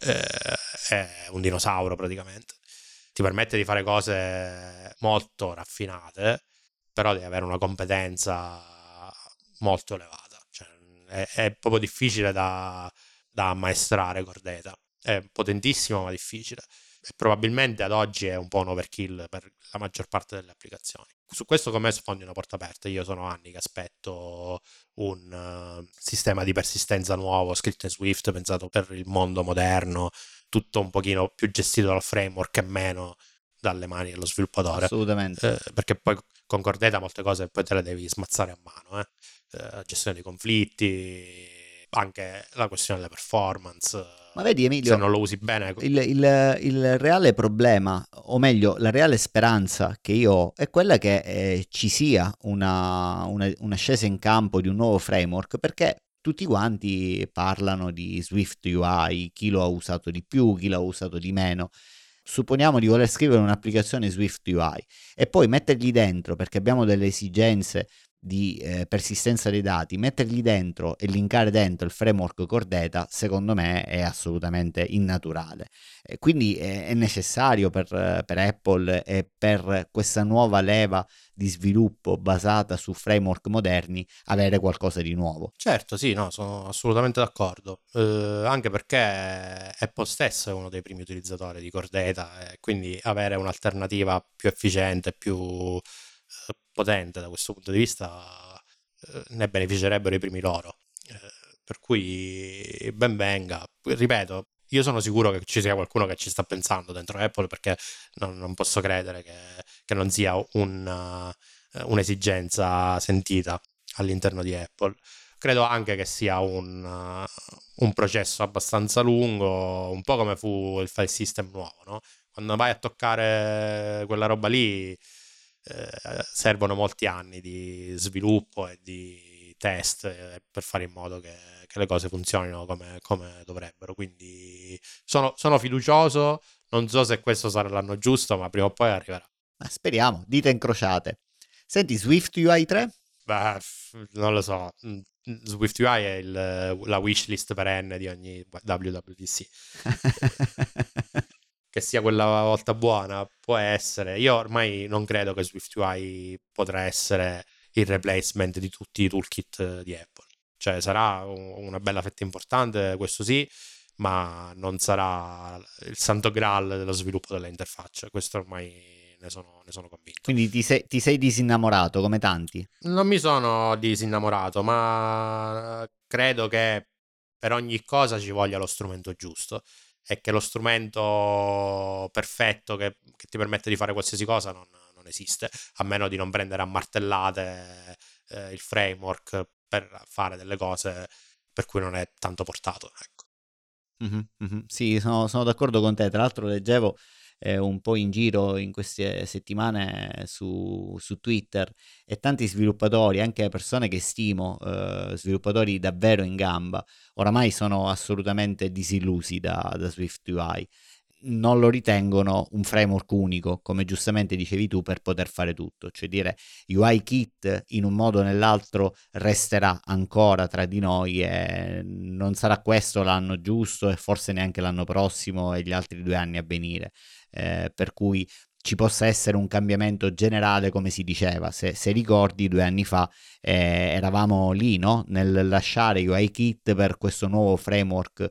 è un dinosauro praticamente. Ti permette di fare cose molto raffinate, però devi avere una competenza molto elevata. Cioè, è proprio difficile da ammaestrare Cordata. È potentissimo ma difficile. E probabilmente ad oggi è un po' un overkill per la maggior parte delle applicazioni. Su questo come sfondi una porta aperta. Io sono anni che aspetto un sistema di persistenza nuovo scritto in Swift, pensato per il mondo moderno, tutto un pochino più gestito dal framework e meno dalle mani dello sviluppatore. Assolutamente. Perché poi con Cordata molte cose poi te le devi smazzare a mano. La gestione dei conflitti, anche la questione delle performance. Ma vedi Se Emilio, non lo usi bene. il reale problema, o meglio, la reale speranza che io ho è quella che ci sia una scesa in campo di un nuovo framework, perché tutti quanti parlano di Swift UI, chi lo ha usato di più, chi l'ha usato di meno. supponiamo di voler scrivere un'applicazione Swift UI e poi mettergli dentro, perché abbiamo delle esigenze di persistenza dei dati, mettergli dentro e linkare dentro il framework Core Data, secondo me è assolutamente innaturale. Quindi è necessario per Apple e per questa nuova leva di sviluppo basata su framework moderni avere qualcosa di nuovo. Certo, sì, no, sono assolutamente d'accordo. Anche perché Apple stesso è uno dei primi utilizzatori di Core Data, e quindi avere un'alternativa più efficiente, più potente da questo punto di vista, ne beneficerebbero i primi loro. Per cui ben venga. Ripeto, io sono sicuro che ci sia qualcuno che ci sta pensando dentro Apple, perché non posso credere che non sia un'esigenza sentita all'interno di Apple. Credo anche che sia un processo abbastanza lungo, un po' come fu il file system nuovo, no? Quando vai a toccare quella roba lì, servono molti anni di sviluppo e di test per fare in modo che le cose funzionino come dovrebbero. Quindi sono fiducioso, non so se questo sarà l'anno giusto, ma prima o poi arriverà. Speriamo, dita incrociate. Senti, Swift UI 3? Beh, non lo so. Swift UI è la wishlist perenne di ogni WWDC. Che sia quella volta buona, può essere. Io ormai non credo che Swift UI potrà essere il replacement di tutti i toolkit di Apple. Cioè sarà una bella fetta importante, questo sì, ma non sarà il santo graal dello sviluppo delle interfacce. Questo ormai ne sono convinto. Quindi ti sei disinnamorato come tanti? Non mi sono disinnamorato, ma credo che per ogni cosa ci voglia lo strumento giusto e che lo strumento perfetto che ti permette di fare qualsiasi cosa non esiste, a meno di non prendere a martellate il framework per fare delle cose per cui non è tanto portato, ecco. Sì, sono d'accordo con te. Tra l'altro leggevo un po' in giro in queste settimane su Twitter e tanti sviluppatori, anche persone che stimo, sviluppatori davvero in gamba, oramai sono assolutamente disillusi da Swift UI. Non lo ritengono un framework unico, come giustamente dicevi tu, per poter fare tutto. Cioè dire UIKit in un modo o nell'altro resterà ancora tra di noi e non sarà questo l'anno giusto e forse neanche l'anno prossimo e gli altri 2 anni a venire. Per cui ci possa essere un cambiamento generale, come si diceva. Se ricordi, 2 anni fa eravamo lì, no? Nel lasciare UIKit per questo nuovo framework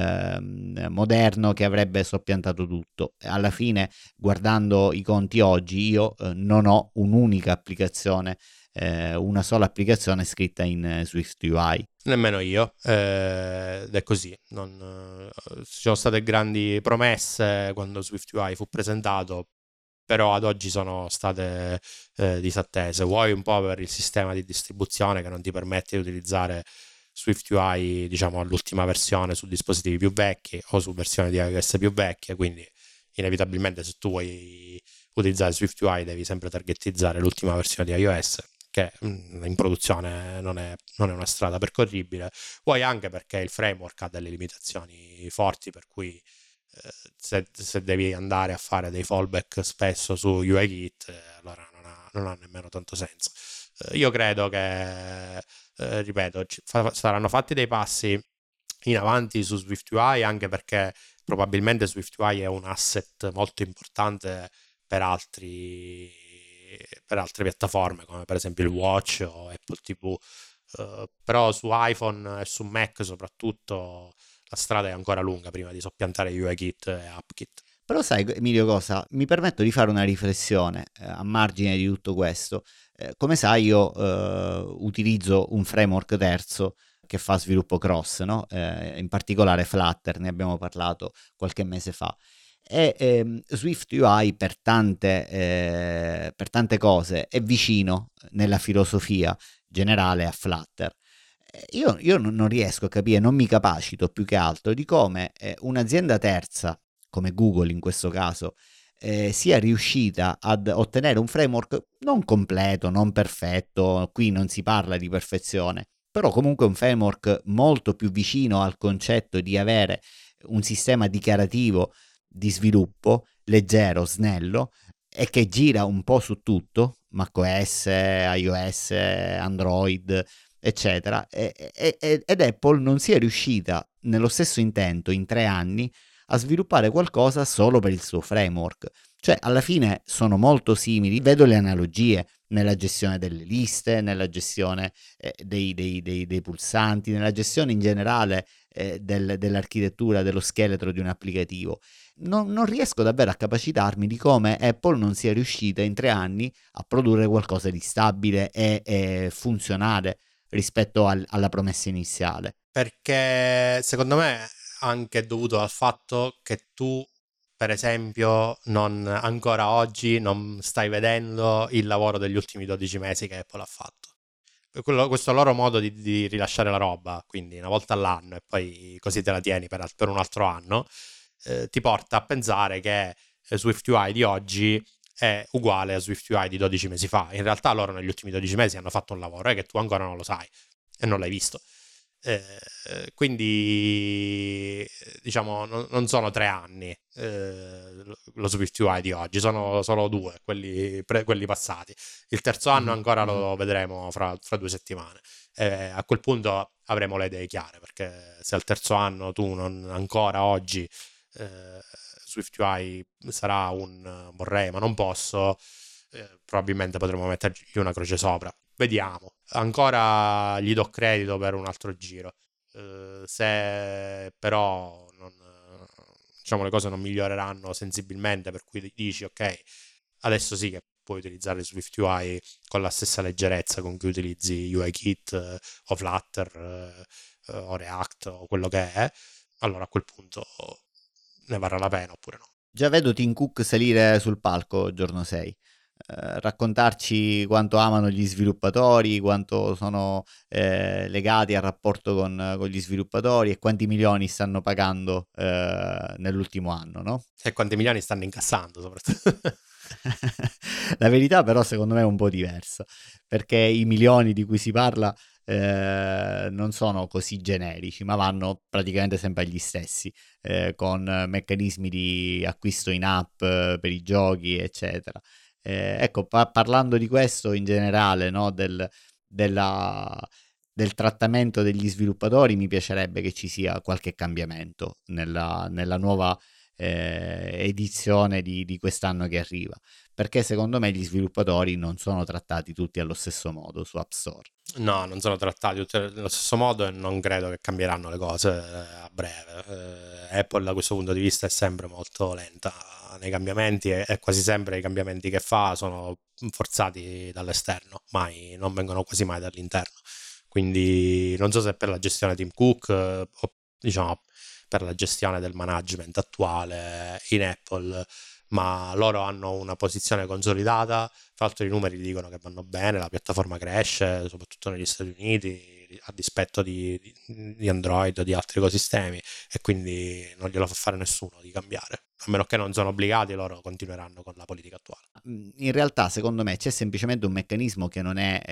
moderno che avrebbe soppiantato tutto. Alla fine, guardando i conti oggi, io non ho un'unica applicazione, una sola applicazione scritta in Swift UI. Nemmeno io, ed è così. Ci sono state grandi promesse quando Swift UI fu presentato, però ad oggi sono state disattese. Vuoi un po' per il sistema di distribuzione che non ti permette di utilizzare Swift UI, diciamo, all'ultima versione su dispositivi più vecchi o su versioni di iOS più vecchie, quindi inevitabilmente se tu vuoi utilizzare Swift UI devi sempre targetizzare l'ultima versione di iOS, che in produzione non è una strada percorribile. Vuoi anche perché il framework ha delle limitazioni forti, per cui se devi andare a fare dei fallback spesso su UIKit, allora non ha nemmeno tanto senso. Io credo che, ripeto, saranno fatti dei passi in avanti su Swift UI, anche perché probabilmente Swift UI è un asset molto importante per altre piattaforme, come per esempio il Watch o Apple TV. Però su iPhone e su Mac soprattutto la strada è ancora lunga prima di soppiantare UIKit e AppKit. Però sai, Emilio, cosa? Mi permetto di fare una riflessione a margine di tutto questo. Come sai, io utilizzo un framework terzo che fa sviluppo cross, no? In particolare Flutter, ne abbiamo parlato qualche mese fa. E Swift UI per tante cose è vicino nella filosofia generale a Flutter. Io non riesco a capire, non mi capacito più che altro di come un'azienda terza, come Google in questo caso, sia riuscita ad ottenere un framework non completo, non perfetto, qui non si parla di perfezione, però comunque un framework molto più vicino al concetto di avere un sistema dichiarativo di sviluppo leggero, snello e che gira un po' su tutto, macOS, iOS, Android, eccetera, ed Apple non si è riuscita nello stesso intento in 3 anni a sviluppare qualcosa solo per il suo framework. Cioè, alla fine sono molto simili, vedo le analogie nella gestione delle liste, nella gestione dei pulsanti, nella gestione in generale dell'architettura, dello scheletro di un applicativo. Non riesco davvero a capacitarmi di come Apple non sia riuscita in 3 anni a produrre qualcosa di stabile e funzionale rispetto alla promessa iniziale. Perché secondo me anche è dovuto al fatto che tu, per esempio, non ancora oggi non stai vedendo il lavoro degli ultimi 12 mesi che Apple ha fatto. Questo loro modo di rilasciare la roba, quindi una volta all'anno e poi così te la tieni per un altro anno, ti porta a pensare che SwiftUI di oggi è uguale a SwiftUI di 12 mesi fa. In realtà loro negli ultimi 12 mesi hanno fatto un lavoro che tu ancora non lo sai e non l'hai visto. Quindi diciamo non sono 3 anni lo SwiftUI di oggi, sono solo 2 quelli passati. Il terzo anno ancora lo vedremo fra 2 settimane. A quel punto avremo le idee chiare, perché se al terzo anno tu non ancora oggi SwiftUI sarà un vorrei ma non posso, probabilmente potremo mettergli una croce sopra. Vediamo. Ancora gli do credito per un altro giro. Se però diciamo le cose non miglioreranno sensibilmente, per cui dici ok, adesso sì che puoi utilizzare SwiftUI con la stessa leggerezza con cui utilizzi UIKit o Flutter o React o quello che è, allora a quel punto ne varrà la pena oppure no. Già vedo Tim Cook salire sul palco giorno 6. Raccontarci quanto amano gli sviluppatori, quanto sono legati al rapporto con gli sviluppatori e quanti milioni stanno pagando nell'ultimo anno, no? E quanti milioni stanno incassando soprattutto. La verità però secondo me è un po' diversa, perché i milioni di cui si parla non sono così generici, ma vanno praticamente sempre agli stessi, con meccanismi di acquisto in app per i giochi, eccetera. Ecco, parlando di questo in generale, no, del trattamento degli sviluppatori, mi piacerebbe che ci sia qualche cambiamento nella nuova edizione di quest'anno che arriva, perché secondo me gli sviluppatori non sono trattati tutti allo stesso modo su App Store. No, non sono trattati tutti nello stesso modo e non credo che cambieranno le cose a breve. Apple da questo punto di vista è sempre molto lenta nei cambiamenti e quasi sempre i cambiamenti che fa sono forzati dall'esterno, non vengono quasi mai dall'interno. Quindi non so se per la gestione Tim Cook o diciamo per la gestione del management attuale in Apple, ma loro hanno una posizione consolidata. Tra l'altro i numeri dicono che vanno bene, la piattaforma cresce, soprattutto negli Stati Uniti, a dispetto di Android o di altri ecosistemi, e quindi non glielo fa fare nessuno di cambiare. A meno che non sono obbligati, loro continueranno con la politica attuale. In realtà, secondo me, c'è semplicemente un meccanismo che non è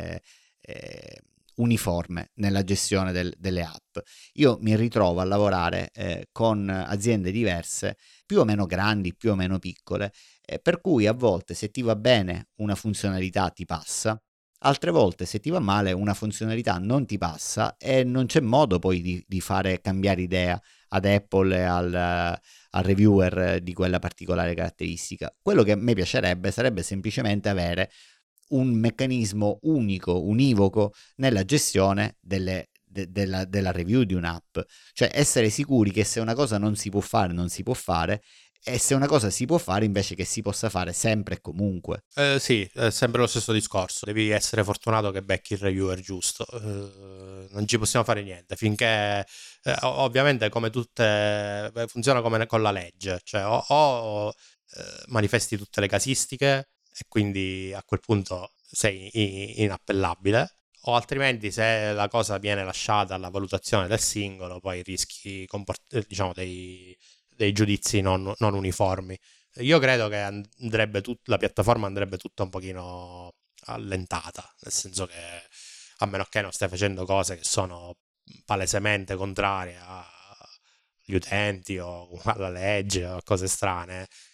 uniforme nella gestione delle app. Io mi ritrovo a lavorare con aziende diverse, più o meno grandi, più o meno piccole, per cui a volte se ti va bene una funzionalità ti passa, altre volte se ti va male una funzionalità non ti passa e non c'è modo poi di fare cambiare idea ad Apple e al reviewer di quella particolare caratteristica. Quello che a me piacerebbe sarebbe semplicemente avere un meccanismo unico, univoco nella gestione della review di un'app, cioè essere sicuri che se una cosa non si può fare, non si può fare, e se una cosa si può fare invece che si possa fare sempre e comunque. Sì, è sempre lo stesso discorso. Devi essere fortunato che becchi il reviewer giusto. Non ci possiamo fare niente finché, ovviamente, come tutte, funziona come con la legge, cioè o manifesti tutte le casistiche e quindi a quel punto sei inappellabile, o altrimenti se la cosa viene lasciata alla valutazione del singolo, poi rischi diciamo dei giudizi non uniformi. Io credo che la piattaforma andrebbe tutta un pochino allentata, nel senso che a meno che non stai facendo cose che sono palesemente contrarie agli utenti o alla legge o cose strane,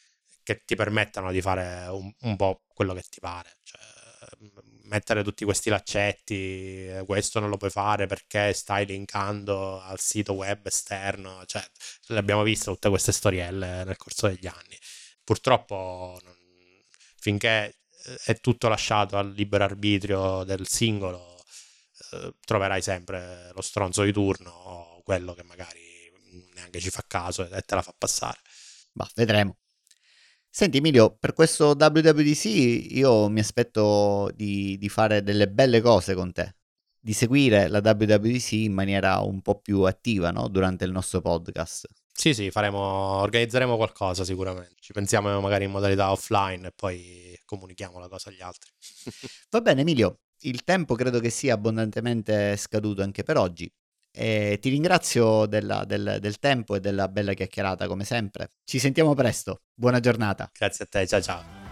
che ti permettano di fare un po' quello che ti pare. Cioè, mettere tutti questi laccetti, questo non lo puoi fare perché stai linkando al sito web esterno, cioè le abbiamo viste tutte queste storielle nel corso degli anni. Purtroppo finché è tutto lasciato al libero arbitrio del singolo, troverai sempre lo stronzo di turno o quello che magari neanche ci fa caso e te la fa passare. Ma vedremo. Senti Emilio, per questo WWDC io mi aspetto di fare delle belle cose con te, di seguire la WWDC in maniera un po' più attiva, no? Durante il nostro podcast. Sì, organizzeremo qualcosa sicuramente. Ci pensiamo magari in modalità offline e poi comunichiamo la cosa agli altri. Va bene Emilio, il tempo credo che sia abbondantemente scaduto anche per oggi. E ti ringrazio del tempo e della bella chiacchierata come sempre. Ci sentiamo presto. Buona giornata. Grazie a te, ciao ciao.